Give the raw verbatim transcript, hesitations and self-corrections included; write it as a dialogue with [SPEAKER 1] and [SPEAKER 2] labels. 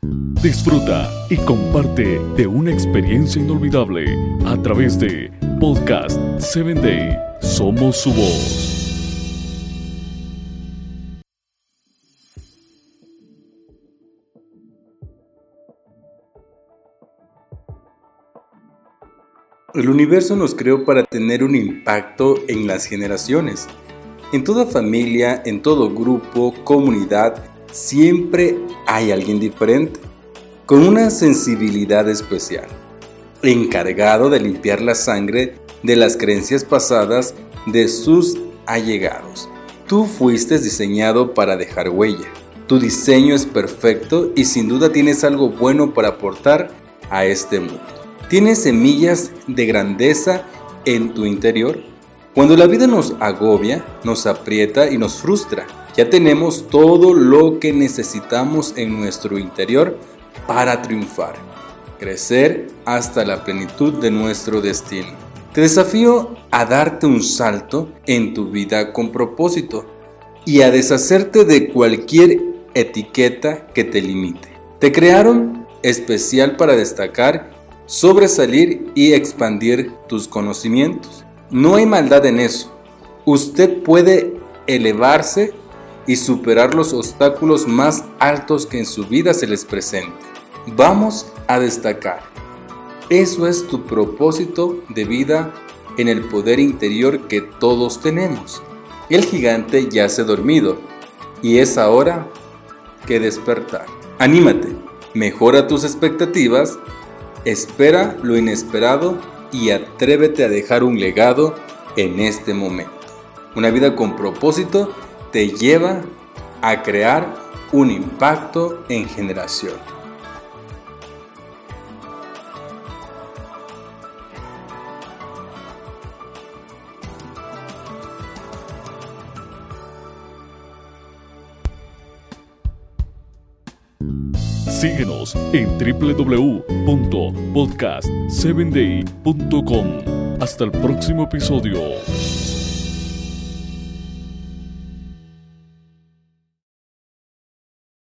[SPEAKER 1] Disfruta y comparte de una experiencia inolvidable a través de Podcast siete Day. Somos su voz.
[SPEAKER 2] El universo nos creó para tener un impacto en las generaciones. En toda familia, en todo grupo, comunidad, siempre hay alguien diferente, con una sensibilidad especial, encargado de limpiar la sangre de las creencias pasadas de sus allegados. Tú fuiste diseñado para dejar huella. Tu diseño es perfecto y sin duda tienes algo bueno para aportar a este mundo. ¿Tienes semillas de grandeza en tu interior? Cuando la vida nos agobia, nos aprieta y nos frustra, ya tenemos todo lo que necesitamos en nuestro interior para triunfar, crecer hasta la plenitud de nuestro destino. Te desafío a darte un salto en tu vida con propósito y a deshacerte de cualquier etiqueta que te limite. Te crearon especial para destacar, sobresalir y expandir tus conocimientos. No hay maldad en eso. Usted puede elevarse y superar los obstáculos más altos que en su vida se les presente. Vamos a destacar. Eso es tu propósito de vida en el poder interior que todos tenemos. El gigante yace dormido y es ahora que despertar. Anímate, mejora tus expectativas. Espera lo inesperado y atrévete a dejar un legado en este momento. Una vida con propósito te lleva a crear un impacto en generación.
[SPEAKER 1] Síguenos en doble u doble u doble u punto podcast siete day punto com. Hasta el próximo episodio.